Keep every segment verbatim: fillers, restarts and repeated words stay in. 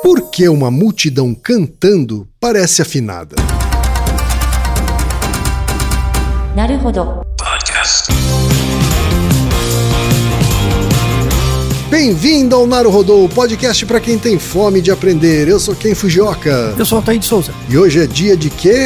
Por que uma multidão cantando parece afinada? Naruhodo. Bem-vindo ao Naruhodo, podcast para quem tem fome de aprender. Eu sou Ken Fujioka. Eu sou Altair de Souza. E hoje é dia de quê?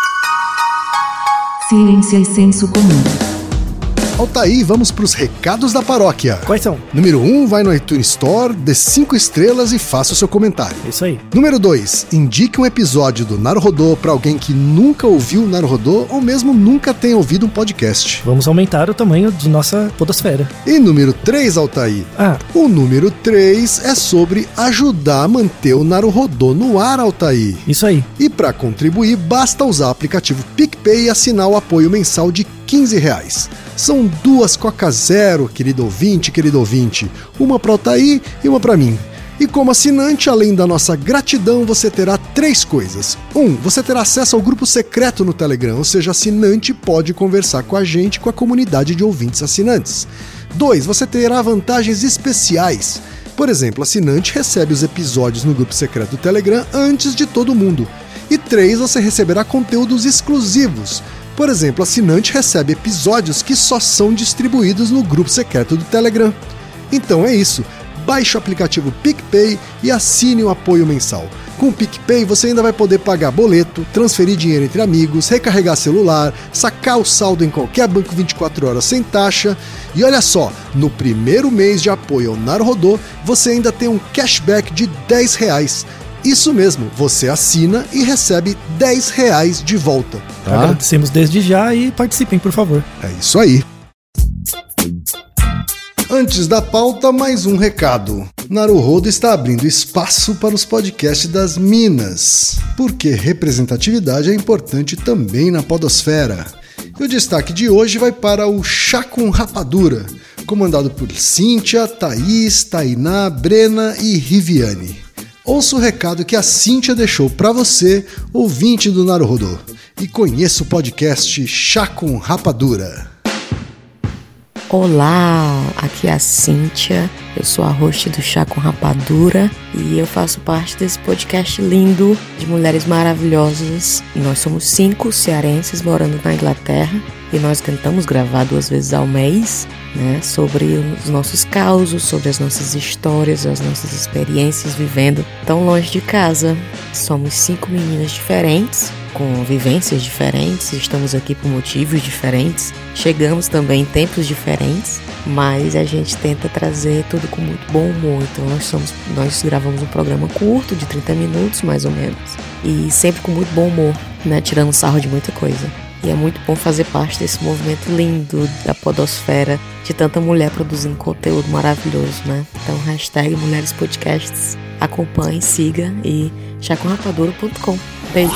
Ciência e senso comum. Altair, vamos para os recados da paróquia. Quais são? Número um, vai no iTunes Store, dê cinco estrelas e faça o seu comentário. Isso aí. Número dois, indique um episódio do Naruhodo para alguém que nunca ouviu o Naruhodo ou mesmo nunca tenha ouvido um podcast. Vamos aumentar o tamanho de nossa podosfera. E número três, Altair. Ah. O número três é sobre ajudar a manter o Naruhodo no ar, Altair. Isso aí. E para contribuir, basta usar o aplicativo PicPay e assinar o apoio mensal de quinze reais. São duas Coca Zero, querido ouvinte, querido ouvinte. Uma para o Altair e uma para mim. E como assinante, além da nossa gratidão, você terá três coisas. Um, você terá acesso ao grupo secreto no Telegram, ou seja, assinante pode conversar com a gente e com a comunidade de ouvintes assinantes. Dois, você terá vantagens especiais. Por exemplo, assinante recebe os episódios no grupo secreto do Telegram antes de todo mundo. E três, você receberá conteúdos exclusivos. Por exemplo, assinante recebe episódios que só são distribuídos no grupo secreto do Telegram. Então é isso. Baixe o aplicativo PicPay e assine o apoio mensal. Com o PicPay você ainda vai poder pagar boleto, transferir dinheiro entre amigos, recarregar celular, sacar o saldo em qualquer banco vinte e quatro horas sem taxa. E olha só, no primeiro mês de apoio ao Naruhodo, você ainda tem um cashback de dez reais. Isso mesmo, você assina e recebe dez reais de volta. Tá? Agradecemos desde já e participem, por favor. É isso aí. Antes da pauta, mais um recado. Naruhodo está abrindo espaço para os podcasts das Minas, porque representatividade é importante também na podosfera. E o destaque de hoje vai para o Chá com Rapadura, comandado por Cíntia, Thaís, Tainá, Brena e Riviane. Ouça o recado que a Cíntia deixou para você, ouvinte do Naruhodo, e conheça o podcast Chá com Rapadura. Olá, aqui é a Cíntia, eu sou a host do Chá com Rapadura e eu faço parte desse podcast lindo de mulheres maravilhosas. Nós somos cinco cearenses morando na Inglaterra e nós tentamos gravar duas vezes ao mês, né, sobre os nossos causos, sobre as nossas histórias, as nossas experiências vivendo tão longe de casa. Somos cinco meninas diferentes, com vivências diferentes, estamos aqui por motivos diferentes, chegamos também em tempos diferentes, mas a gente tenta trazer tudo com muito bom humor. Então nós, somos, nós gravamos um programa curto, de trinta minutos mais ou menos, e sempre com muito bom humor, né, tirando sarro de muita coisa. E é muito bom fazer parte desse movimento lindo da podosfera, de tanta mulher produzindo conteúdo maravilhoso, né? Então, hashtag Mulheres Podcasts, acompanhe, siga e chá com rapadura ponto com. Beijo!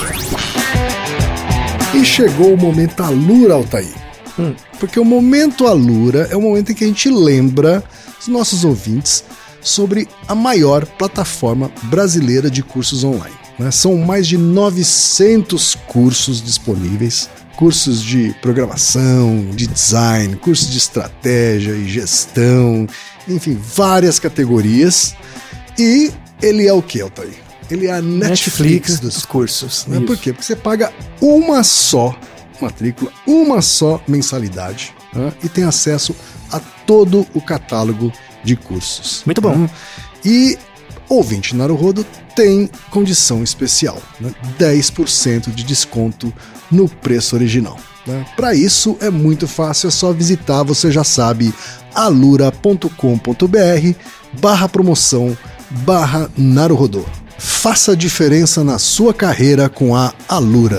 E chegou o momento Alura, Altair. Hum. Porque o momento Alura é o momento em que a gente lembra os nossos ouvintes sobre a maior plataforma brasileira de cursos online. Né? São mais de novecentos cursos disponíveis. Cursos de programação, de design, cursos de estratégia e gestão, enfim, várias categorias. E ele é o que, Altair? Ele é a Netflix, Netflix dos cursos. Né? Por quê? Porque você paga uma só matrícula, uma só mensalidade, né? E tem acesso a todo o catálogo de cursos. Muito bom. Né? E ouvinte Naruhodo tem condição especial, né? dez por cento de desconto no preço original. Né? Para isso é muito fácil, é só visitar, você já sabe, alura.com.br barra promoção barra Naruhodo. Faça a diferença na sua carreira com a Alura.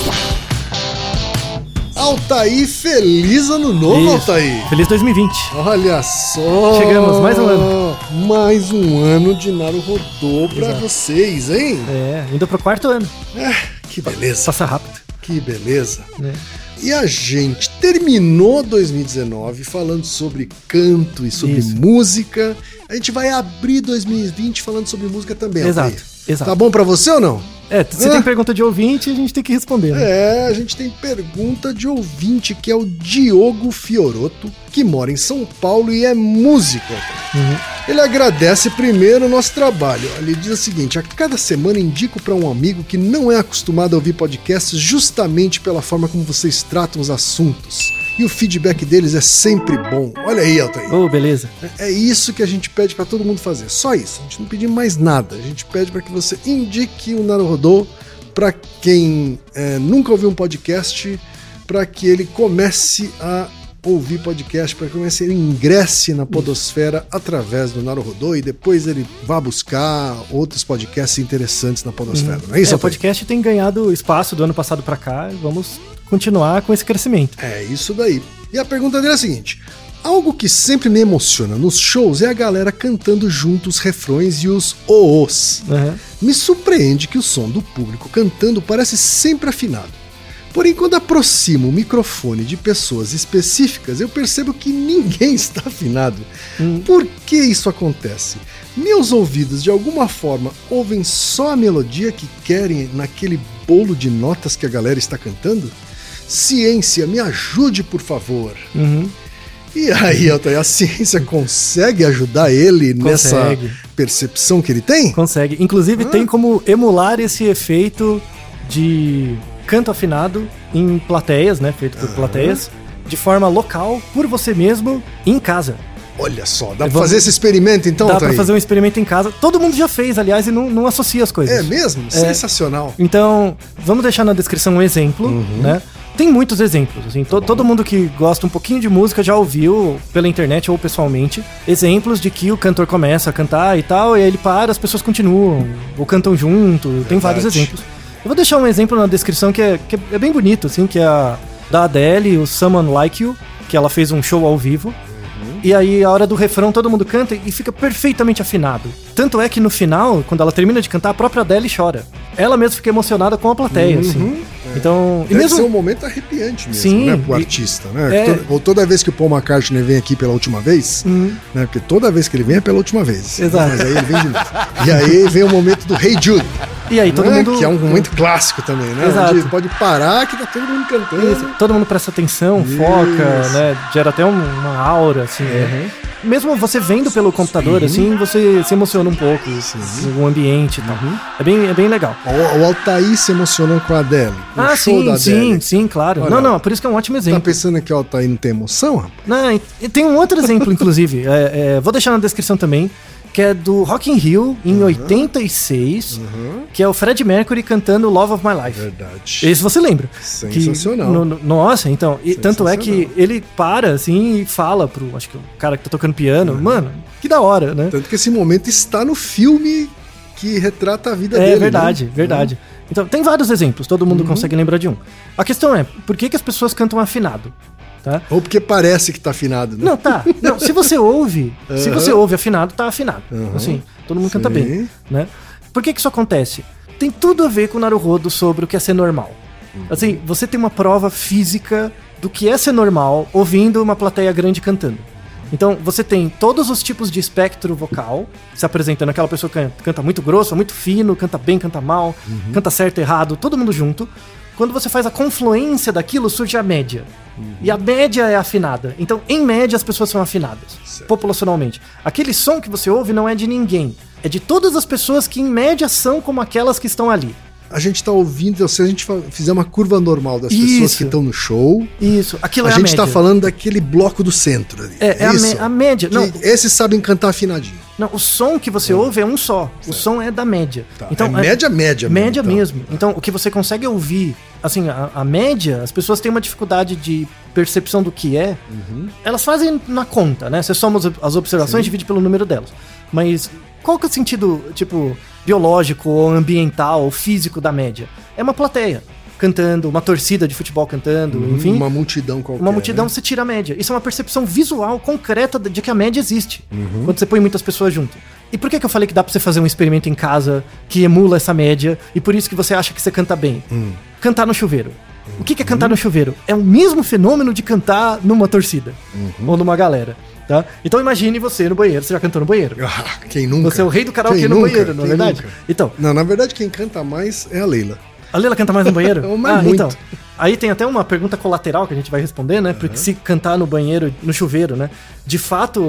Altair, feliz ano novo, Isso. Altair! Feliz dois mil e vinte! Olha só! Chegamos, mais um ano! Mais um ano de Naruhodo pra Exato. Vocês, hein? É, indo pro quarto ano. É, que beleza! Passa rápido. Que beleza! É. E a gente terminou dois mil e dezenove falando sobre canto e sobre Isso. música. A gente vai abrir dois mil e vinte falando sobre música também, Exato, Altair. exato. Tá bom pra você ou não? É, você é. tem pergunta de ouvinte, a gente tem que responder, né? É, a gente tem pergunta de ouvinte, que é o Diogo Fioroto, que mora em São Paulo e é músico. Uhum. Ele agradece primeiro o nosso trabalho. Ele diz o seguinte: a cada semana indico para um amigo que não é acostumado a ouvir podcasts justamente pela forma como vocês tratam os assuntos. E o feedback deles é sempre bom. Olha aí, Altair. Ô, oh, beleza. É isso que a gente pede para todo mundo fazer. Só isso. A gente não pede mais nada. A gente pede para que você indique o Naruhodô para quem é, nunca ouviu um podcast, para que ele comece a ouvir podcast, para que comece, ele ingresse na podosfera através do Naruhodô e depois ele vá buscar outros podcasts interessantes na podosfera. Uhum. Não é isso? É, o podcast tem ganhado espaço do ano passado para cá. Vamos continuar com esse crescimento. É isso daí. E a pergunta dele é a seguinte: algo que sempre me emociona nos shows é a galera cantando junto os refrões e os oos. Uhum. Me surpreende que o som do público cantando parece sempre afinado. Porém, quando aproximo o microfone de pessoas específicas, eu percebo que ninguém está afinado. Hum. Por que isso acontece? Meus ouvidos, de alguma forma, ouvem só a melodia que querem naquele bolo de notas que a galera está cantando? Ciência, me ajude, por favor. Uhum. E aí, Altair, a ciência consegue ajudar ele consegue. nessa percepção que ele tem? Consegue. Inclusive, ah. tem como emular esse efeito de canto afinado em plateias, né? Feito por ah. plateias, de forma local, por você mesmo, em casa. Olha só, dá pra fazer esse experimento então? Dá pra fazer um experimento em casa. Todo mundo já fez, aliás, e não, não associa as coisas. É mesmo? É. Sensacional. Então, vamos deixar na descrição um exemplo, uhum. né? Tem muitos exemplos, assim, to, todo mundo que gosta um pouquinho de música já ouviu pela internet ou pessoalmente exemplos de que o cantor começa a cantar e tal, e aí ele para, as pessoas continuam, ou cantam junto. Verdade. Tem vários exemplos. Eu vou deixar um exemplo na descrição que é, que é bem bonito, assim, que é a da Adele, o Someone Like You, que ela fez um show ao vivo. Uhum. E aí, a hora do refrão, todo mundo canta e fica perfeitamente afinado. Tanto é que no final, quando ela termina de cantar, a própria Adele chora. Ela mesma fica emocionada com a plateia, uhum. assim. É. Então, deve e mesmo... ser um momento arrepiante mesmo, sim, né, pro artista, né? É... Toda, ou toda vez que o Paul McCartney vem aqui pela última vez, uhum. né? Porque toda vez que ele vem é pela última vez. Exato. Mas aí ele vem de novo. E aí vem o momento do Hey Jude. E aí, todo né? mundo... Que é um momento clássico também, né? Exato. Onde pode parar que tá todo mundo cantando. Isso. Todo mundo presta atenção, Isso. foca, né? Gera até um, uma aura, assim, uhum. né? Mesmo você vendo pelo computador, sim. assim, você se emociona um pouco no ambiente e tal. Uhum. É, bem, é bem legal. O, o Altair se emocionou com a Adele. Ah, show sim, da sim, Adele. sim, claro. Olha, não, não, por isso que é um ótimo exemplo. Tá pensando que o Altair não tem emoção, rapaz? Não, e tem um outro exemplo, inclusive. é, é, vou deixar na descrição também. Que é do Rock in Rio, em uhum. oitenta e seis, uhum. que é o Freddie Mercury cantando Love of My Life. Verdade. Esse você lembra. Sensacional. Que, no, no, nossa, então, e tanto é que ele para, assim, e fala pro, acho que o cara que tá tocando piano, uhum. mano, que da hora, né? Tanto que esse momento está no filme que retrata a vida é, dele. É verdade, né? verdade. Uhum. Então, tem vários exemplos, todo mundo uhum. consegue lembrar de um. A questão é, por que, que as pessoas cantam afinado? Tá? Ou porque parece que tá afinado, né? Não, tá. Não, se você ouve, uhum. se você ouve afinado, tá afinado. Uhum. Assim, todo mundo Sim. canta bem, né? Por que que isso acontece? Tem tudo a ver com o Naruhodô sobre o que é ser normal. Uhum. Assim, você tem uma prova física do que é ser normal ouvindo uma plateia grande cantando. Então, você tem todos os tipos de espectro vocal se apresentando. Aquela pessoa que canta, canta muito grosso, muito fino, canta bem, canta mal, uhum. canta certo, errado, todo mundo junto. Quando você faz a confluência daquilo, surge a média. Uhum. E a média é afinada. Então, em média, as pessoas são afinadas, certo. populacionalmente. Aquele som que você ouve não é de ninguém. É de todas as pessoas que, em média, são como aquelas que estão ali. A gente tá ouvindo, se a gente fizer uma curva normal das pessoas isso. que estão no show... Isso, aquilo a é a gente média. tá falando daquele bloco do centro ali. É, é, é a, me- a média. Que não, esses sabem cantar afinadinho. Não, o som que você Não. ouve é um só. Certo. O som é da média. Tá. Então, é média, média mesmo. Média tá. mesmo. Então, o que você consegue ouvir, assim, a, a média, as pessoas têm uma dificuldade de percepção do que é. Uhum. Elas fazem na conta, né? Você soma as observações e divide pelo número delas. Mas qual que é o sentido, tipo, biológico, ou ambiental, ou físico da média? É uma plateia cantando, uma torcida de futebol cantando, uhum, enfim. Uma multidão qualquer. Uma multidão, né? Você tira a média. Isso é uma percepção visual concreta de que a média existe. Uhum. Quando você põe muitas pessoas junto. E por que que eu falei que dá pra você fazer um experimento em casa que emula essa média e por isso que você acha que você canta bem? Uhum. Cantar no chuveiro. Uhum. O que que é cantar no chuveiro? É o mesmo fenômeno de cantar numa torcida. Uhum. Ou numa galera. Tá? Então imagine você no banheiro. Você já cantou no banheiro? Ah, quem nunca? Você é o rei do karaokê no banheiro, não é verdade? Nunca? Então, não, na verdade quem canta mais é a Leila. A Leila canta mais no banheiro? Mas ah, muito. Então. Aí tem até uma pergunta colateral que a gente vai responder, né? Porque uhum. se cantar no banheiro, no chuveiro, né? De fato,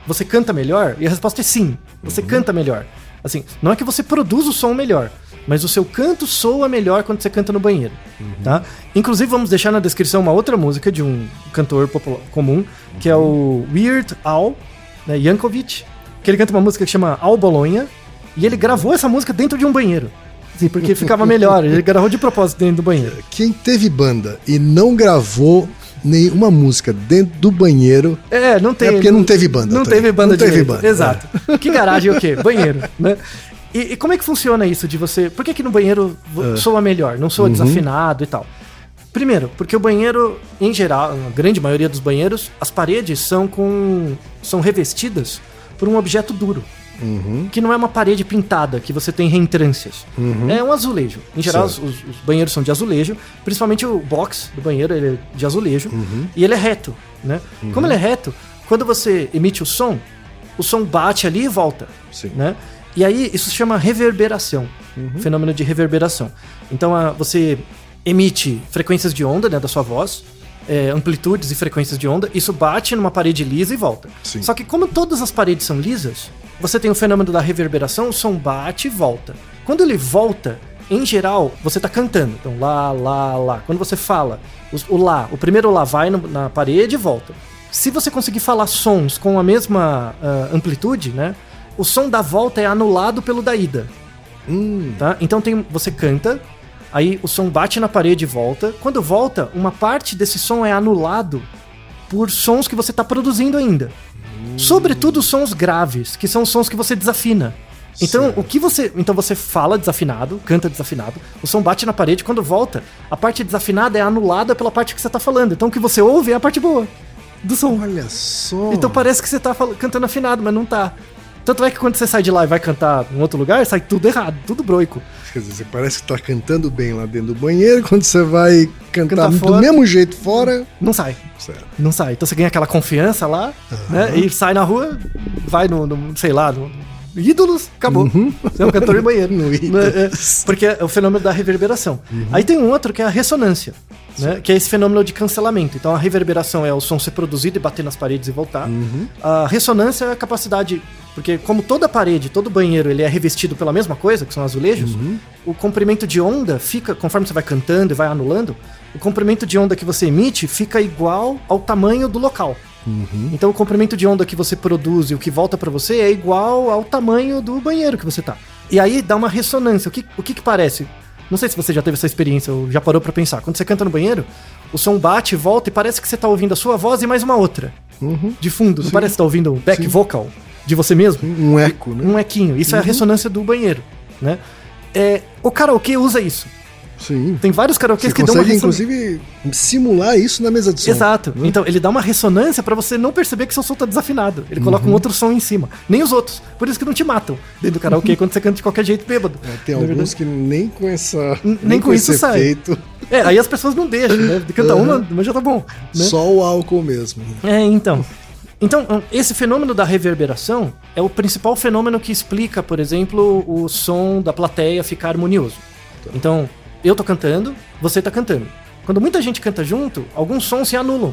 você canta melhor? E a resposta é sim, você uhum. canta melhor. Assim, não é que você produz o som melhor, mas o seu canto soa melhor quando você canta no banheiro, uhum. tá? Inclusive, vamos deixar na descrição uma outra música de um cantor popular, comum, uhum. que é o Weird Al, né, Yankovic, que ele canta uma música que chama Al Bolonha, e ele gravou essa música dentro de um banheiro. Sim, porque ficava melhor, ele gravou de propósito dentro do banheiro. Quem teve banda e não gravou nenhuma música dentro do banheiro... É, não tem... É porque não teve banda. Não tá teve banda Não teve direito. banda. Exato. É. Que garagem é o quê? Banheiro, né? E, e como é que funciona isso de você... Por que que no banheiro é. soa melhor? Não soa uhum. desafinado e tal? Primeiro, porque o banheiro, em geral, a grande maioria dos banheiros, as paredes são com... são revestidas por um objeto duro. Uhum. Que não é uma parede pintada, que você tem reentrâncias. Uhum. É um azulejo. Em geral, os, os banheiros são de azulejo. Principalmente o box do banheiro, ele é de azulejo. Uhum. E ele é reto, né? Uhum. Como ele é reto, quando você emite o som, o som bate ali e volta. Sim. Né? E aí, isso se chama reverberação. Uhum. Fenômeno de reverberação. Então, a, você emite frequências de onda, né, da sua voz, é, amplitudes e frequências de onda. Isso bate numa parede lisa e volta. Sim. Só que como todas as paredes são lisas, você tem o fenômeno da reverberação, o som bate e volta. Quando ele volta, em geral, você tá cantando. Então, lá, lá, lá. Quando você fala, o, o lá, o primeiro lá vai no, na parede e volta. Se você conseguir falar sons com a mesma uh, amplitude, né? O som da volta é anulado pelo da ida. Hum. Tá? Então tem, você canta, aí o som bate na parede e volta. Quando volta, uma parte desse som é anulado por sons que você tá produzindo ainda. Sobretudo sons graves, que são sons que você desafina. Então, certo. o que você. Então você fala desafinado, canta desafinado, o som bate na parede, quando volta, a parte desafinada é anulada pela parte que você tá falando. Então o que você ouve é a parte boa do som. Olha só. Então parece que você tá fal- cantando afinado, mas não tá. Tanto é que quando você sai de lá e vai cantar em outro lugar, sai tudo errado, tudo broico. Quer dizer, você parece que tá cantando bem lá dentro do banheiro, quando você vai cantar, cantar do fora, mesmo jeito fora... Não sai. Certo. Não sai. Então você ganha aquela confiança lá, uhum. né? E sai na rua, vai no, no sei lá, no Ídolos, acabou. Uhum. Você é um cantor de banheiro. No é, porque é o fenômeno da reverberação. Uhum. Aí tem um outro que é a ressonância, né? Que é esse fenômeno de cancelamento. Então a reverberação é o som ser produzido e bater nas paredes e voltar. Uhum. A ressonância é a capacidade... Porque como toda parede, todo banheiro, ele é revestido pela mesma coisa, que são azulejos, uhum. o comprimento de onda fica, conforme você vai cantando e vai anulando, o comprimento de onda que você emite fica igual ao tamanho do local. Uhum. Então o comprimento de onda que você produz e o que volta pra você é igual ao tamanho do banheiro que você tá. E aí dá uma ressonância. O que, o que que parece? Não sei se você já teve essa experiência ou já parou pra pensar. Quando você canta no banheiro, o som bate, volta e parece que você tá ouvindo a sua voz e mais uma outra. Uhum. De fundo. Sim. Não parece que tá ouvindo o back Sim. vocal de você mesmo? Um eco, né? Um equinho. Isso uhum. é a ressonância do banheiro, né? É, o karaokê usa isso. Sim. Tem vários karaokês que dão uma ressonância. Inclusive, simular isso na mesa de som. Exato. Né? Então, ele dá uma ressonância pra você não perceber que seu som tá desafinado. Ele uhum. coloca um outro som em cima. Nem os outros. Por isso que não te matam dentro do karaokê quando você canta de qualquer jeito bêbado. É, tem alguns verdade. que nem com essa... Nem, nem com, com isso sai. Efeito. É, aí as pessoas não deixam, né? De cantar uhum. uma, mas já tá bom. Né? Só o álcool mesmo. É, então... Então, esse fenômeno da reverberação é o principal fenômeno que explica, por exemplo, o som da plateia ficar harmonioso. Tá. Então, eu tô cantando, você tá cantando. Quando muita gente canta junto, alguns sons se anulam.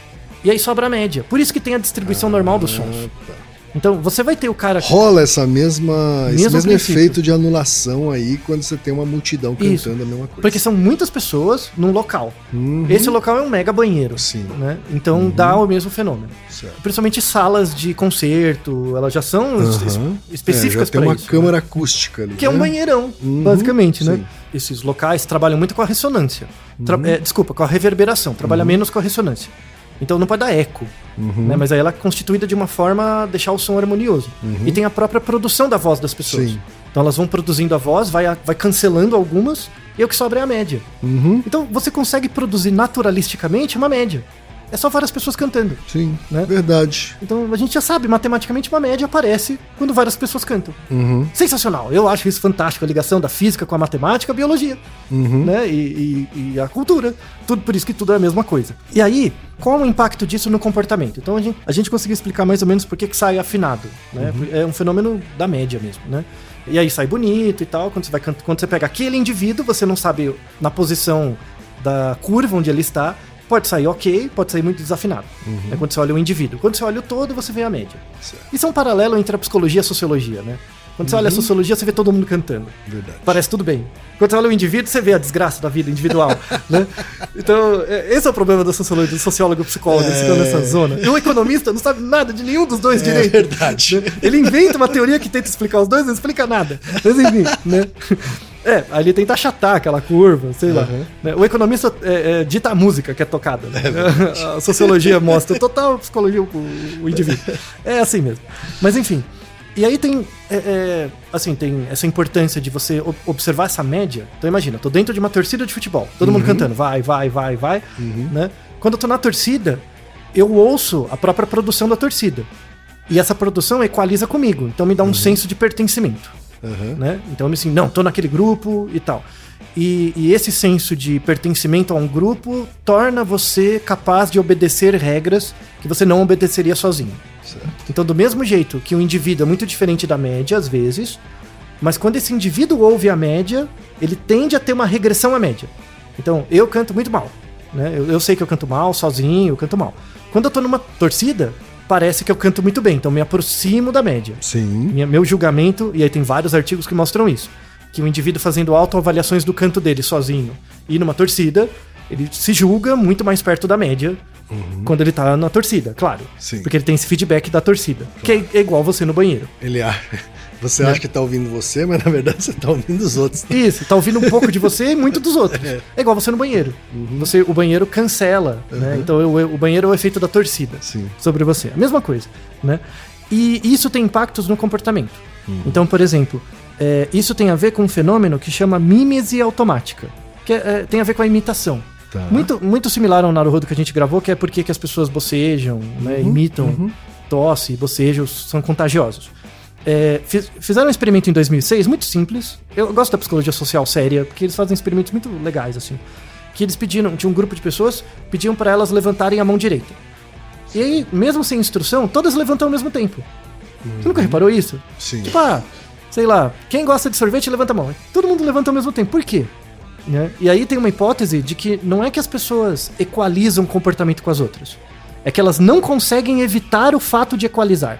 E aí sobra a média. Por isso que tem a distribuição ah, normal dos sons. Tá. Então, você vai ter o cara... Que... Rola essa mesma, esse mesmo princípio. efeito de anulação aí quando você tem uma multidão cantando Isso. a mesma coisa. Porque são muitas pessoas num local. Uhum. Esse local é um mega banheiro. Sim. Né? Então, uhum. dá o mesmo fenômeno. Certo. Principalmente salas de concerto, elas já são uhum. específicas para isso. Tem uma câmara né? acústica ali. Que né? é um banheirão, uhum. basicamente, né? Sim. Esses locais trabalham muito com a ressonância. Uhum. Tra- é, desculpa, com a reverberação. Trabalha uhum. menos com a ressonância. Então não pode dar eco, uhum. né? Mas aí ela é constituída de uma forma a deixar o som harmonioso. Uhum. E tem a própria produção da voz das pessoas. Sim. Então elas vão produzindo a voz, vai, vai cancelando algumas, e o que sobra é a média. Uhum. Então você consegue produzir naturalisticamente uma média. É só várias pessoas cantando. Sim, né? Verdade. Então a gente já sabe, matematicamente uma média aparece quando várias pessoas cantam. Uhum. Sensacional, eu acho isso fantástico, a ligação da física com a matemática, a biologia, uhum. né? e, e, e a cultura. Tudo, por isso que tudo é a mesma coisa. E aí, qual é o impacto disso no comportamento? Então a gente, a gente conseguiu explicar mais ou menos por que que sai afinado. Né? Uhum. É um fenômeno da média mesmo, né? E aí sai bonito e tal, quando você, vai, quando você pega aquele indivíduo, você não sabe na posição da curva onde ele está, Pode sair ok, pode sair muito desafinado. Uhum. É quando você olha o indivíduo. Quando você olha o todo, você vê a média. Certo. Isso é um paralelo entre a psicologia e a sociologia, né? Quando você uhum. olha a sociologia, você vê todo mundo cantando. Verdade. Parece tudo bem. Quando você olha o indivíduo, você vê a desgraça da vida individual. Né? Então, esse é o problema da sociologia, do sociólogo e do psicólogo, é... eles ficam nessa zona. E o economista não sabe nada de nenhum dos dois é direito. É verdade. Né? Ele inventa uma teoria que tenta explicar os dois, não explica nada. Mas enfim, né? É, aí ele tenta achatar aquela curva, sei uhum. lá. Né? O economista é, é, dita a música que é tocada. Né? É a sociologia mostra total psicologia o, o indivíduo. É assim mesmo. Mas enfim. E aí tem, é, é, assim, tem essa importância de você observar essa média. Então imagina, eu tô dentro de uma torcida de futebol, todo uhum. mundo cantando, vai, vai, vai, vai, uhum. né? Quando eu tô na torcida, eu ouço a própria produção da torcida. E essa produção equaliza comigo, então me dá um uhum. senso de pertencimento. Uhum. Né? Então eu me sinto, não, tô naquele grupo e tal. E, e esse senso de pertencimento a um grupo torna você capaz de obedecer regras que você não obedeceria sozinho. Certo. Então, do mesmo jeito que o indivíduo é muito diferente da média, às vezes, mas quando esse indivíduo ouve a média, ele tende a ter uma regressão à média. Então, eu canto muito mal. Né? Eu, eu sei que eu canto mal, sozinho, eu canto mal. Quando eu tô numa torcida, parece que eu canto muito bem, então me aproximo da média. Sim. Minha, meu julgamento, e aí tem vários artigos que mostram isso, que o indivíduo fazendo autoavaliações do canto dele sozinho e numa torcida, ele se julga muito mais perto da média uhum. quando ele tá na torcida, claro. Sim. Porque ele tem esse feedback da torcida, claro. Que é, é igual você no banheiro. Ele acha... Você né? acha que tá ouvindo você, mas na verdade você tá ouvindo os outros. Isso, tá ouvindo um pouco de você e muito dos outros. É, é igual você no banheiro. Uhum. Você, o banheiro cancela, uhum. né? Então o, o banheiro é o efeito da torcida Sim. sobre você. A mesma coisa, né? E isso tem impactos no comportamento. Uhum. Então, por exemplo, é, isso tem a ver com um fenômeno que chama mímese automática, que é, é, tem a ver com a imitação. Tá. Muito, muito similar ao Naruhodo que a gente gravou, que é porque que as pessoas bocejam, né? Uhum. Imitam, uhum. tosse, bocejos são contagiosos. É, fiz, fizeram um experimento em dois mil e seis, muito simples. Eu gosto da psicologia social séria, porque eles fazem experimentos muito legais, assim. Que eles pediram, tinha um grupo de pessoas, pediam para elas levantarem a mão direita. E aí, mesmo sem instrução, todas levantam ao mesmo tempo. Uhum. Você nunca reparou isso? Sim. Tipo, ah, sei lá, quem gosta de sorvete, levanta a mão. Todo mundo levanta ao mesmo tempo. Por quê? Né? E aí tem uma hipótese de que não é que as pessoas equalizam o comportamento com as outras. É que elas não conseguem evitar o fato de equalizar.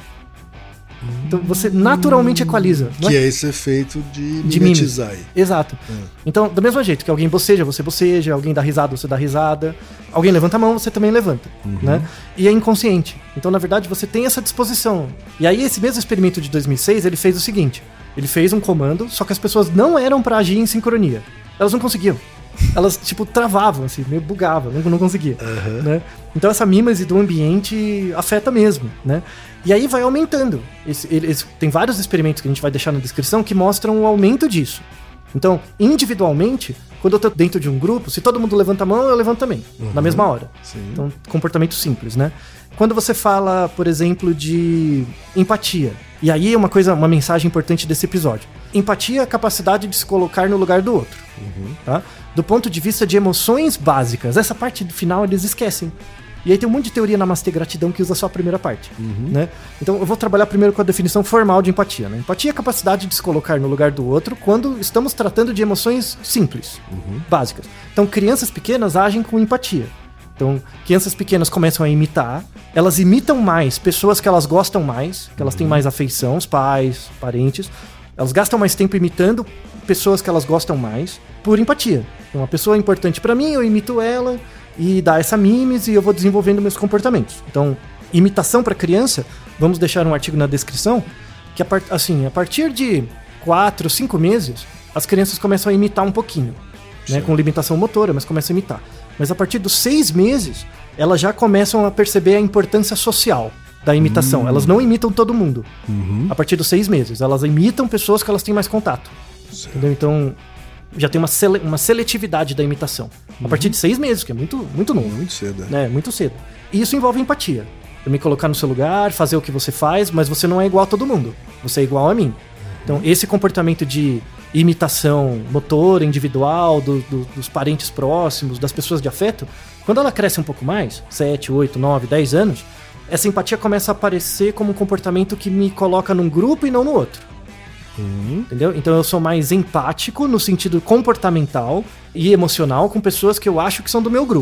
Então você naturalmente equaliza. Que é esse efeito de, de mimetizar. Exato. É. Então, do mesmo jeito que alguém boceja, você boceja, alguém dá risada, você dá risada, alguém levanta a mão, você também levanta. Uhum. Né? E é inconsciente. Então, na verdade, você tem essa disposição. E aí, esse mesmo experimento de dois mil e seis, ele fez o seguinte. Ele fez um comando, só que as pessoas não eram pra agir em sincronia. Elas não conseguiam. Elas, tipo, travavam, assim, meio bugavam, não, não conseguia. Uhum. Né? Então essa mímese do ambiente afeta mesmo, né? E aí vai aumentando. Esse, eles, tem vários experimentos que a gente vai deixar na descrição que mostram o aumento disso. Então, individualmente, quando eu tô dentro de um grupo, se todo mundo levanta a mão, eu levanto também, uhum. na mesma hora. Sim. Então, comportamento simples, né? Quando você fala, por exemplo, de empatia, e aí é uma coisa, uma mensagem importante desse episódio. Empatia é a capacidade de se colocar no lugar do outro, uhum. tá? Do ponto de vista de emoções básicas. Essa parte do final eles esquecem. E aí tem um monte de teoria namastê gratidão que usa só a primeira parte, uhum. né? Então eu vou trabalhar primeiro com a definição formal de empatia, né? Empatia é a capacidade de se colocar no lugar do outro quando estamos tratando de emoções simples, uhum. básicas. Então crianças pequenas agem com empatia. Então, crianças pequenas começam a imitar, elas imitam mais pessoas que elas gostam mais, que elas têm mais afeição, os pais, parentes. Elas gastam mais tempo imitando pessoas que elas gostam mais, por empatia. Então, uma pessoa é importante pra mim, eu imito ela, e dá essa mímese e eu vou desenvolvendo meus comportamentos. Então, imitação pra criança, vamos deixar um artigo na descrição, que a, part- assim, a partir de quatro, cinco meses, as crianças começam a imitar um pouquinho, né, com limitação motora, mas começam a imitar. Mas a partir dos seis meses, elas já começam a perceber a importância social da imitação. Uhum. Elas não imitam todo mundo. Uhum. A partir dos seis meses. Elas imitam pessoas que elas têm mais contato. Entendeu? Então, já tem uma, sele- uma seletividade da imitação. Uhum. A partir de seis meses, que é muito, muito novo. Muito cedo. É, muito cedo. E isso envolve empatia. Eu me colocar no seu lugar, fazer o que você faz, mas você não é igual a todo mundo. Você é igual a mim. Uhum. Então, esse comportamento de imitação motora, individual, do, do, dos parentes próximos, das pessoas de afeto, quando ela cresce um pouco mais, sete, oito, nove, dez anos, essa empatia começa a aparecer como um comportamento que me coloca num grupo e não no outro. Uhum. Entendeu? Então eu sou mais empático no sentido comportamental e emocional com pessoas que eu acho que são do meu grupo.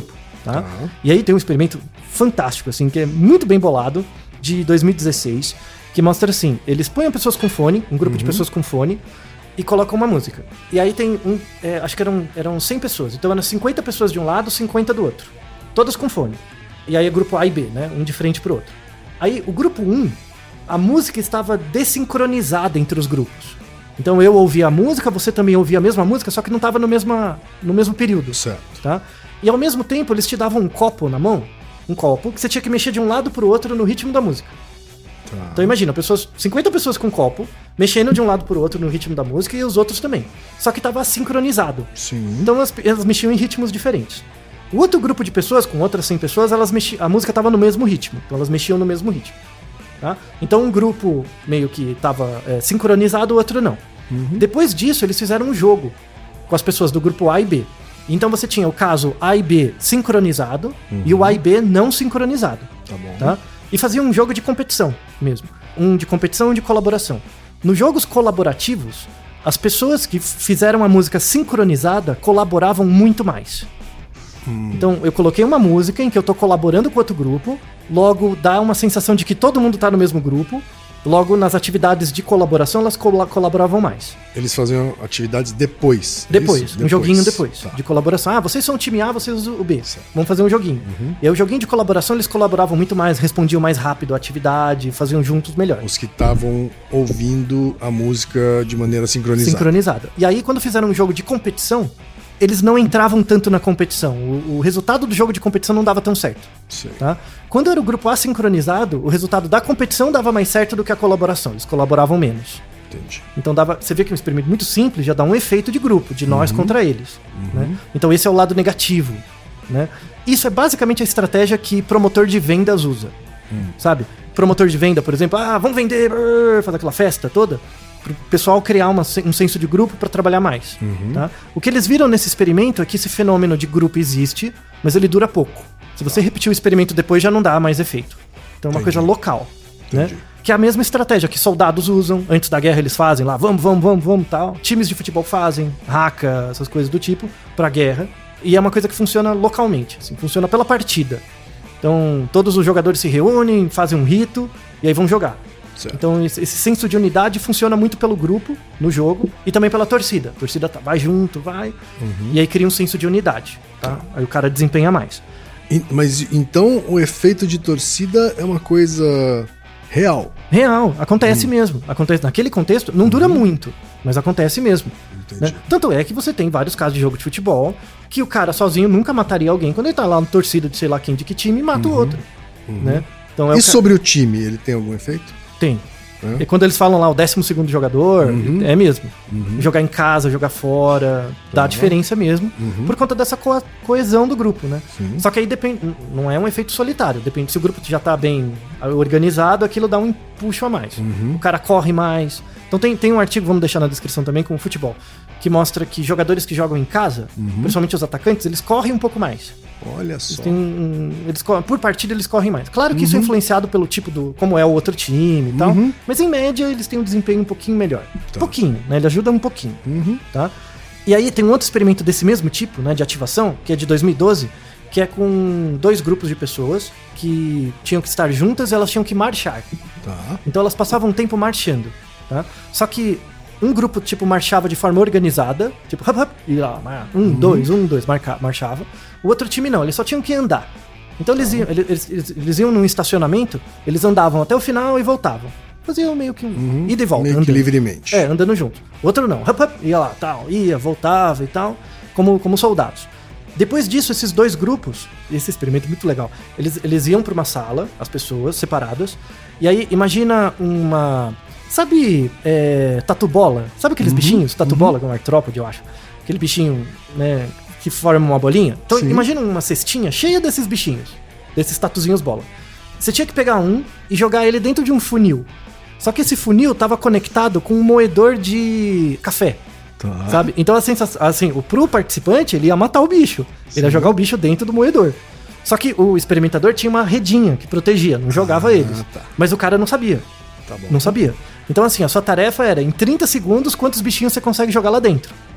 Tá? Tá. E aí tem um experimento fantástico, assim, que é muito bem bolado, de dois mil e dezesseis, que mostra assim, eles põem pessoas com fone, um grupo Uhum. de pessoas com fone, e colocam uma música. E aí tem um, é, acho que eram, eram cem pessoas, então eram cinquenta pessoas de um lado, cinquenta do outro. Todas com fone. E aí é grupo A e B, né? Um de frente pro outro. Aí o grupo um, a música estava desincronizada entre os grupos. Então eu ouvia a música, você também ouvia a mesma música, só que não estava no, mesma, no mesmo período. Certo. Tá? E ao mesmo tempo eles te davam um copo na mão, um copo, que você tinha que mexer de um lado pro outro no ritmo da música. Tá. Então imagina, pessoas, cinquenta pessoas com um copo, mexendo de um lado pro outro no ritmo da música e os outros também. Só que estava sincronizado. Sim. Então elas, elas mexiam em ritmos diferentes. O outro grupo de pessoas, com outras cem pessoas, elas mexiam, a música estava no mesmo ritmo. Então elas mexiam no mesmo ritmo. Tá? Então um grupo meio que estava é, sincronizado, o outro não. Uhum. Depois disso, eles fizeram um jogo com as pessoas do grupo A e B. Então você tinha o caso A e B sincronizado Uhum. e o A e B não sincronizado. Tá bom. Tá? E fazia um jogo de competição mesmo. Um de competição e um de colaboração. Nos jogos colaborativos, as pessoas que fizeram a música sincronizada colaboravam muito mais. Hum. Então eu coloquei uma música em que eu tô colaborando com outro grupo, logo dá uma sensação de que todo mundo tá no mesmo grupo, logo nas atividades de colaboração elas col- colaboravam mais. Eles faziam atividades depois. é Depois, isso? um joguinho depois, Tá. de colaboração. Ah, vocês são o time A, vocês o B. Certo. Vamos fazer um joguinho. Uhum. E aí o joguinho de colaboração eles colaboravam muito mais, respondiam mais rápido a atividade, faziam juntos melhor. Os que estavam ouvindo a música de maneira sincronizada. Sincronizada. E aí quando fizeram um jogo de competição, eles não entravam tanto na competição. O, o resultado do jogo de competição não dava tão certo. Sei. Tá? Quando era o grupo A sincronizado, o resultado da competição dava mais certo do que a colaboração. Eles colaboravam menos. Entendi. Então dava, você vê que um experimento muito simples já dá um efeito de grupo, de nós contra eles. Né? Então esse é o lado negativo. Né? Isso é basicamente a estratégia que promotor de vendas usa. Sabe? Promotor de venda, por exemplo, ah, vamos vender, brrr, fazer aquela festa toda, para o pessoal criar uma, um senso de grupo para trabalhar mais. Tá? O que eles viram nesse experimento é que esse fenômeno de grupo existe, mas ele dura pouco. Se você repetir o experimento depois, já não dá mais efeito. Então é uma Entendi. coisa local. Né? Entendi. Que é a mesma estratégia que soldados usam, antes da guerra eles fazem lá, vamos, vamos, vamos, vamos, tal. Times de futebol fazem, haka, essas coisas do tipo, pra guerra. E é uma coisa que funciona localmente, assim, funciona pela partida. Então, todos os jogadores se reúnem, fazem um rito, e aí vão jogar. Certo. Então, esse, esse senso de unidade funciona muito pelo grupo, no jogo, e também pela torcida. A torcida tá, vai junto, vai, e aí cria um senso de unidade, tá? Aí o cara desempenha mais. E- Mas então o efeito de torcida é uma coisa real. Real, acontece mesmo. Acontece naquele contexto, não dura muito, mas acontece mesmo. Entendi. Né? Tanto é que você tem vários casos de jogo de futebol que o cara sozinho nunca mataria alguém quando ele tá lá no torcida de sei lá quem de que time e mata o outro. Né? Então é E o ca- sobre o time, ele tem algum efeito? Tem. É? E quando eles falam lá o décimo segundo jogador, Uhum. é mesmo. Jogar em casa, jogar fora, dá diferença mesmo, por conta dessa co- coesão do grupo, né? Sim. Só que aí depende, não é um efeito solitário, depende se o grupo já tá bem organizado, aquilo dá um empuxo a mais. O cara corre mais. Então tem, tem um artigo, vamos deixar na descrição também, com o futebol, que mostra que jogadores que jogam em casa, principalmente os atacantes, eles correm um pouco mais. Olha Eles só. têm um, eles correm- por partida eles correm mais. Claro que isso é influenciado pelo tipo do. Como é o outro time e tal. Uhum. Mas em média eles têm um desempenho um pouquinho melhor. Tá. Pouquinho, né? Ele ajuda um pouquinho. Uhum. Tá? E aí tem um outro experimento desse mesmo tipo, né? De ativação, que é de dois mil e doze, que é com dois grupos de pessoas que tinham que estar juntas e elas tinham que marchar. Tá. Então elas passavam um tempo marchando, tá? Só que um grupo, tipo, marchava de forma organizada, tipo, hop, hop, e lá, mar- um, dois, um, dois, marca, marchava. O outro time não, eles só tinham que andar. Então eles iam, eles, eles, eles iam num estacionamento, eles andavam até o final e voltavam. Faziam meio que um ida e volta, Meio que andando. livremente. É, andando junto. O outro não, hop, hop, ia lá, tal, ia, voltava e tal, como, como soldados. Depois disso, esses dois grupos, esse experimento é muito legal, eles, eles iam pra uma sala, as pessoas, separadas, e aí imagina uma... Sabe é, tatu-bola? Sabe aqueles bichinhos? Tatu-bola, com artrópode, eu acho. Aquele bichinho, né, que forma uma bolinha. Então Sim. imagina uma cestinha cheia desses bichinhos, desses tatuzinhos bola. Você tinha que pegar um e jogar ele dentro de um funil. Só que esse funil estava conectado com um moedor de café. Tá. Sabe? Então a sensação, assim, o pro participante, ele ia matar o bicho. Ele ia jogar o bicho dentro do moedor. Só que o experimentador tinha uma redinha que protegia, não jogava Ah, eles. tá. Mas o cara não sabia. Tá bom. Não sabia. Então, assim, a sua tarefa era, em trinta segundos, quantos bichinhos você consegue jogar lá dentro.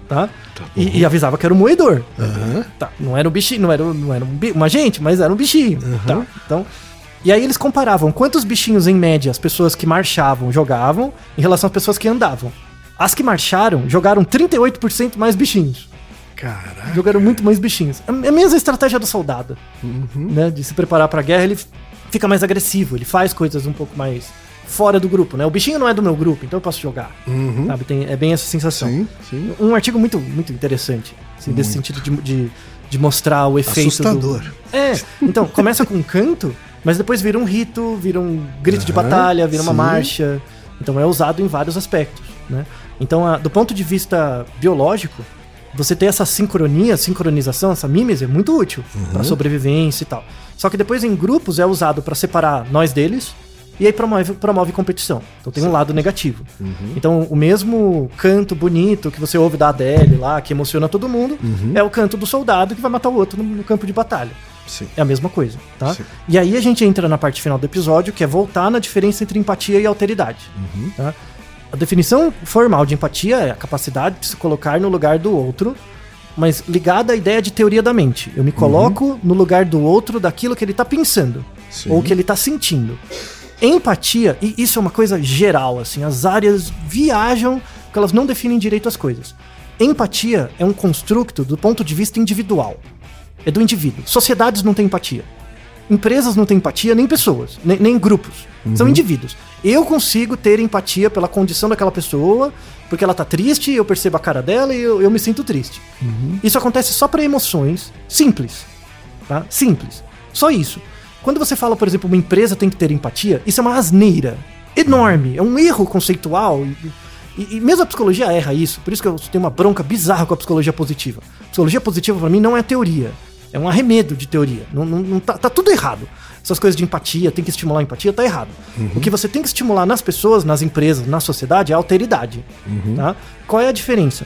tá? Tá e, e avisava que era um moedor. Uhum. Tá, não era um bichinho, não era, não era um, uma gente, mas era um bichinho. Uhum. Tá, então... E aí eles comparavam quantos bichinhos, em média, as pessoas que marchavam jogavam em relação às pessoas que andavam. As que marcharam jogaram trinta e oito por cento mais bichinhos. Caraca. Jogaram muito mais bichinhos. É a mesma estratégia do soldado, Uhum. né? De se preparar pra guerra, ele fica mais agressivo, ele faz coisas um pouco mais fora do grupo, né? O bichinho não é do meu grupo, então eu posso jogar. Uhum. Sabe? Tem, é bem essa sensação. Sim, sim. Um artigo muito, muito interessante, assim, desse sentido de, de, de mostrar o efeito. Assustador. Do... É, então, começa com um canto, mas depois vira um rito, vira um grito de Aham, batalha, vira uma sim. marcha. Então é usado em vários aspectos, né? Então, a, do ponto de vista biológico, você ter essa sincronia, sincronização, essa mímese é muito útil Uhum. para sobrevivência e tal. Só que depois em grupos é usado para separar nós deles e aí promove, promove competição. Então tem um lado negativo. Uhum. Então o mesmo canto bonito que você ouve da Adele lá, que emociona todo mundo, Uhum. é o canto do soldado que vai matar o outro no, no campo de batalha. Sim. É a mesma coisa, tá? Sim. E aí a gente entra na parte final do episódio, que é voltar na diferença entre empatia e alteridade. Uhum. Tá? A definição formal de empatia é a capacidade de se colocar no lugar do outro, mas ligada à ideia de teoria da mente. Eu me coloco no lugar do outro daquilo que ele tá pensando, Sim. ou que ele tá sentindo. Empatia, e isso é uma coisa geral, assim, as áreas viajam porque elas não definem direito as coisas. Empatia é um construto do ponto de vista individual. É do indivíduo. Sociedades não têm empatia. Empresas não têm empatia, nem pessoas, nem, nem grupos. São indivíduos. Eu consigo ter empatia pela condição daquela pessoa, porque ela tá triste, eu percebo a cara dela e eu, eu me sinto triste. Isso acontece só para emoções simples. Tá? Simples. Só isso. Quando você fala, por exemplo, uma empresa tem que ter empatia, isso é uma asneira enorme. É um erro conceitual. E, e, e mesmo a psicologia erra isso. Por isso que eu tenho uma bronca bizarra com a psicologia positiva. Psicologia positiva, para mim, não é teoria. É um arremedo de teoria. Não, não, não tá, tá tudo errado. Essas coisas de empatia, tem que estimular a empatia, tá errado. Uhum. O que você tem que estimular nas pessoas, nas empresas, na sociedade é a alteridade. Uhum. Tá? Qual é a diferença?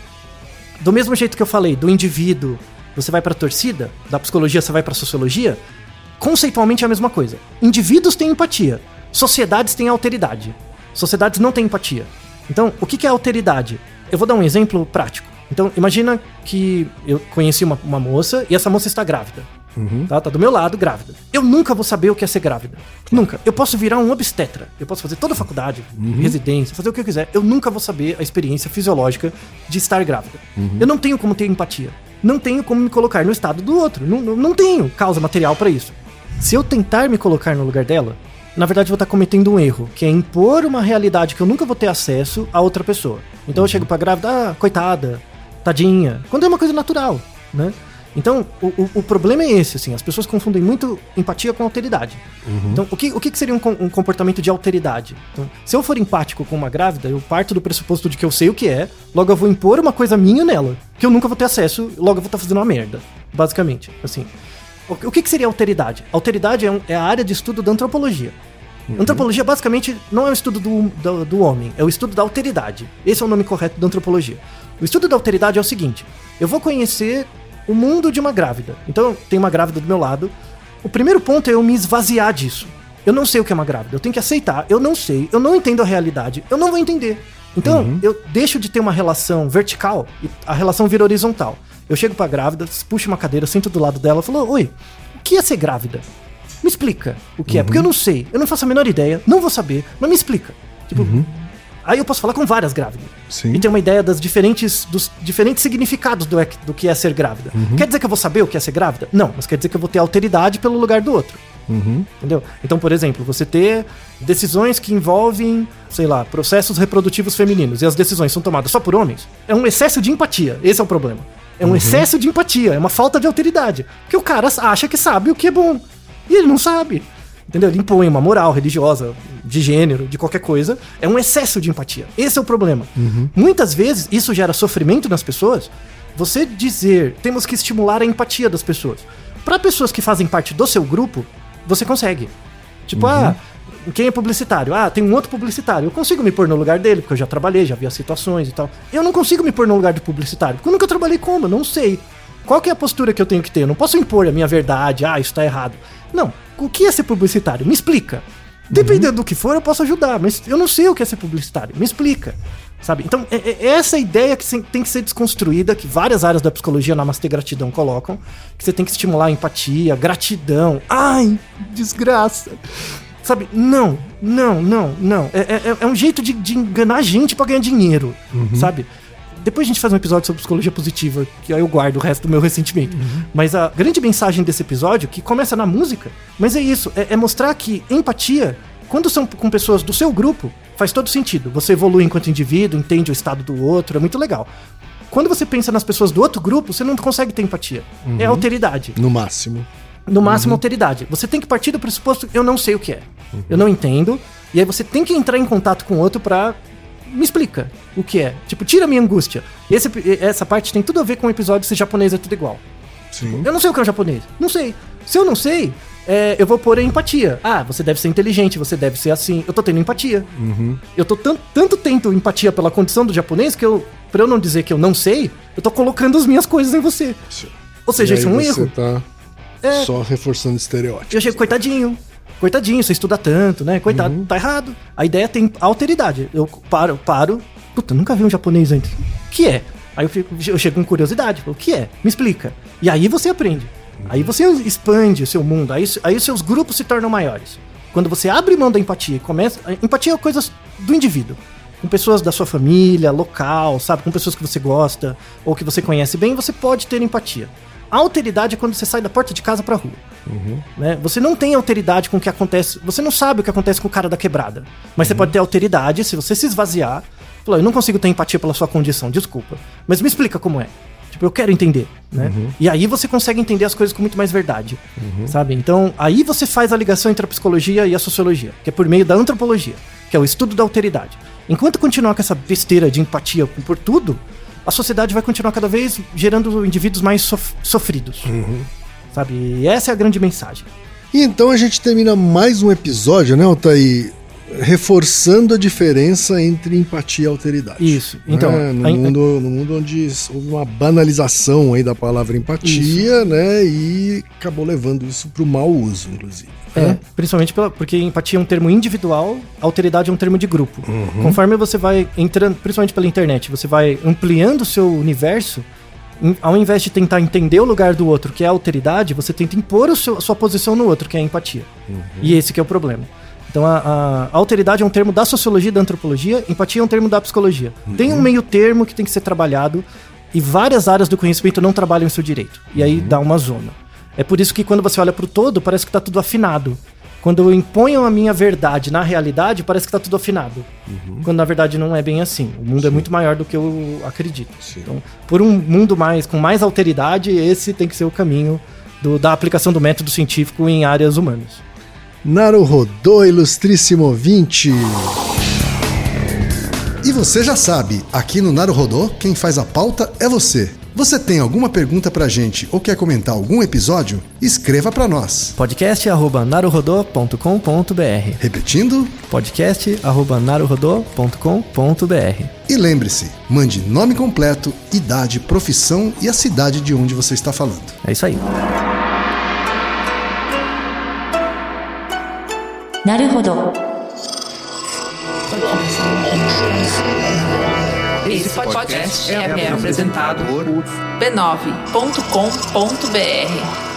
Do mesmo jeito que eu falei, do indivíduo, você vai pra torcida, da psicologia você vai pra sociologia, conceitualmente é a mesma coisa. Indivíduos têm empatia, sociedades têm alteridade. Sociedades não têm empatia. Então, o que é alteridade? Eu vou dar um exemplo prático. Então, imagina que eu conheci uma, uma moça e essa moça está grávida. Uhum. Tá? Tá do meu lado, grávida. Eu nunca vou saber o que é ser grávida. Nunca. Eu posso virar um obstetra. Eu posso fazer toda a faculdade, uhum. residência, fazer o que eu quiser. Eu nunca vou saber a experiência fisiológica de estar grávida. Uhum. Eu não tenho como ter empatia. Não tenho como me colocar no estado do outro. Não, não, não tenho causa material para isso. Se eu tentar me colocar no lugar dela, na verdade eu vou estar cometendo um erro, que é impor uma realidade que eu nunca vou ter acesso a outra pessoa. Então uhum. eu chego pra grávida, ah, coitada, tadinha, quando é uma coisa natural, né? Então, o, o, o problema é esse, assim, as pessoas confundem muito empatia com alteridade. Uhum. Então, o que, o que seria um, um comportamento de alteridade? Então, se eu for empático com uma grávida, eu parto do pressuposto de que eu sei o que é, logo eu vou impor uma coisa minha nela, que eu nunca vou ter acesso, logo eu vou estar fazendo uma merda, basicamente, assim. O, o que, que seria alteridade? Alteridade é, um, é a área de estudo da antropologia. Uhum. Antropologia, basicamente, não é o estudo do, do, do homem, é o estudo da alteridade. Esse é o nome correto da antropologia. O estudo da alteridade é o seguinte, eu vou conhecer o mundo de uma grávida. Então, tem uma grávida do meu lado. O primeiro ponto é eu me esvaziar disso. Eu não sei o que é uma grávida. Eu tenho que aceitar. Eu não sei. Eu não entendo a realidade. Eu não vou entender. Então, uhum. eu deixo de ter uma relação vertical e a relação vira horizontal. Eu chego pra grávida, puxo uma cadeira, sento do lado dela e falo, oi, o que é ser grávida? Me explica o que uhum. é. Porque eu não sei. Eu não faço a menor ideia. Não vou saber. Mas me explica. Tipo... Uhum. Aí eu posso falar com várias grávidas. Sim. E ter uma ideia das diferentes, dos diferentes significados do, do que é ser grávida. Uhum. Quer dizer que eu vou saber o que é ser grávida? Não, mas quer dizer que eu vou ter alteridade pelo lugar do outro. Uhum. Entendeu? Então, por exemplo, você ter decisões que envolvem, sei lá, processos reprodutivos femininos e as decisões são tomadas só por homens, é um excesso de empatia. Esse é o problema. É um uhum. excesso de empatia, é uma falta de alteridade. Porque o cara acha que sabe o que é bom. E ele não sabe. Entendeu? Ele impõe uma moral religiosa, de gênero, de qualquer coisa. É um excesso de empatia. Esse é o problema. Uhum. Muitas vezes, isso gera sofrimento nas pessoas. Você dizer, temos que estimular a empatia das pessoas. Para pessoas que fazem parte do seu grupo, você consegue. Tipo, uhum. ah, quem é publicitário? Ah, tem um outro publicitário. Eu consigo me pôr no lugar dele, porque eu já trabalhei, já vi as situações e tal. Eu não consigo me pôr no lugar do publicitário, porque eu nunca trabalhei como, eu não sei. Qual que é a postura que eu tenho que ter? Eu não posso impor a minha verdade, ah, isso tá errado. Não. O que é ser publicitário? Me explica. Dependendo uhum. do que for, eu posso ajudar, mas eu não sei o que é ser publicitário. Me explica, sabe? Então, é, é essa ideia que tem que ser desconstruída, que várias áreas da psicologia, Namastê Gratidão, colocam, que você tem que estimular a empatia, gratidão. Ai, desgraça. Sabe? Não, não, não, não. É, é, é um jeito de, de enganar a gente pra ganhar dinheiro, uhum. sabe? Depois a gente faz um episódio sobre psicologia positiva, que aí eu guardo o resto do meu ressentimento. Uhum. Mas a grande mensagem desse episódio, que começa na música, mas é isso, é, é mostrar que empatia, quando são com pessoas do seu grupo, faz todo sentido. Você evolui enquanto indivíduo, entende o estado do outro, é muito legal. Quando você pensa nas pessoas do outro grupo, você não consegue ter empatia. Uhum. É alteridade. No máximo. No máximo, uhum. alteridade. Você tem que partir do pressuposto, eu não sei o que é. Uhum. Eu não entendo. E aí você tem que entrar em contato com o outro pra... Me explica o que é. Tipo, tira a minha angústia. Esse, essa parte tem tudo a ver com o episódio Se Japonês é Tudo Igual. Sim. Eu não sei o que é um japonês. Não sei. Se eu não sei, é, eu vou pôr a empatia. Ah, você deve ser inteligente, você deve ser assim. Eu tô tendo empatia. Uhum. Eu tô tanto, tanto tendo empatia pela condição do japonês que eu, pra eu não dizer que eu não sei, eu tô colocando as minhas coisas em você. Sim. Ou seja, isso é um você erro. Tá é, só reforçando estereótipos. Eu chego, coitadinho. Coitadinho, você estuda tanto, né? Coitado, uhum. tá errado. A ideia tem alteridade. Eu paro, paro. Puta, nunca vi um japonês antes. O que é? Aí eu, fico, eu chego com curiosidade. O que é? Me explica. E aí você aprende. Uhum. Aí você expande o seu mundo. Aí, aí os seus grupos se tornam maiores. Quando você abre mão da empatia e começa... Empatia é coisas do indivíduo. Com pessoas da sua família, local, sabe? Com pessoas que você gosta ou que você conhece bem, você pode ter empatia. A alteridade é quando você sai da porta de casa pra rua. Uhum. Né? Você não tem alteridade com o que acontece. Você não sabe o que acontece com o cara da quebrada. Mas uhum. você pode ter alteridade se você se esvaziar. Falar, eu não consigo ter empatia pela sua condição, desculpa. Mas me explica como é. Tipo, eu quero entender. Né? Uhum. E aí você consegue entender as coisas com muito mais verdade. Uhum. Sabe? Então, aí você faz a ligação entre a psicologia e a sociologia, que é por meio da antropologia, que é o estudo da alteridade. Enquanto continuar com essa besteira de empatia por tudo, a sociedade vai continuar cada vez gerando indivíduos mais sof- sofridos. Uhum. Sabe? E essa é a grande mensagem. E então a gente termina mais um episódio, né, Altair? Reforçando a diferença entre empatia e alteridade. Isso. Então, né? no, a... mundo, no mundo onde houve uma banalização aí da palavra empatia, isso. né? E acabou levando isso para o mau uso, inclusive. É, é. principalmente pela, porque empatia é um termo individual, alteridade é um termo de grupo. Uhum. Conforme você vai entrando, principalmente pela internet, você vai ampliando o seu universo, em, ao invés de tentar entender o lugar do outro, que é a alteridade, você tenta impor o seu, a sua posição no outro, que é a empatia. Uhum. E esse que é o problema. Então a, a, a alteridade é um termo da sociologia e da antropologia, empatia é um termo da psicologia. Uhum. Tem um meio termo que tem que ser trabalhado e várias áreas do conhecimento não trabalham isso direito. E aí uhum. dá uma zona. É por isso que quando você olha pro todo, parece que tá tudo afinado. Quando eu imponho a minha verdade na realidade, parece que tá tudo afinado. Uhum. Quando na verdade não é bem assim. O mundo Sim. é muito maior do que eu acredito. Sim. Então, por um mundo mais com mais alteridade, esse tem que ser o caminho do, da aplicação do método científico em áreas humanas. Naruhodô, ilustríssimo ouvinte. E você já sabe, aqui no Naruhodô, quem faz a pauta é você. Você tem alguma pergunta pra gente ou quer comentar algum episódio? Escreva pra nós. podcast arroba naruhodô ponto com ponto b r. Repetindo? podcast arroba naruhodô ponto com ponto b r. E lembre-se, mande nome completo, idade, profissão e a cidade de onde você está falando. É isso aí. Naruhodô. Esse podcast é apresentado por b nove ponto com ponto b r.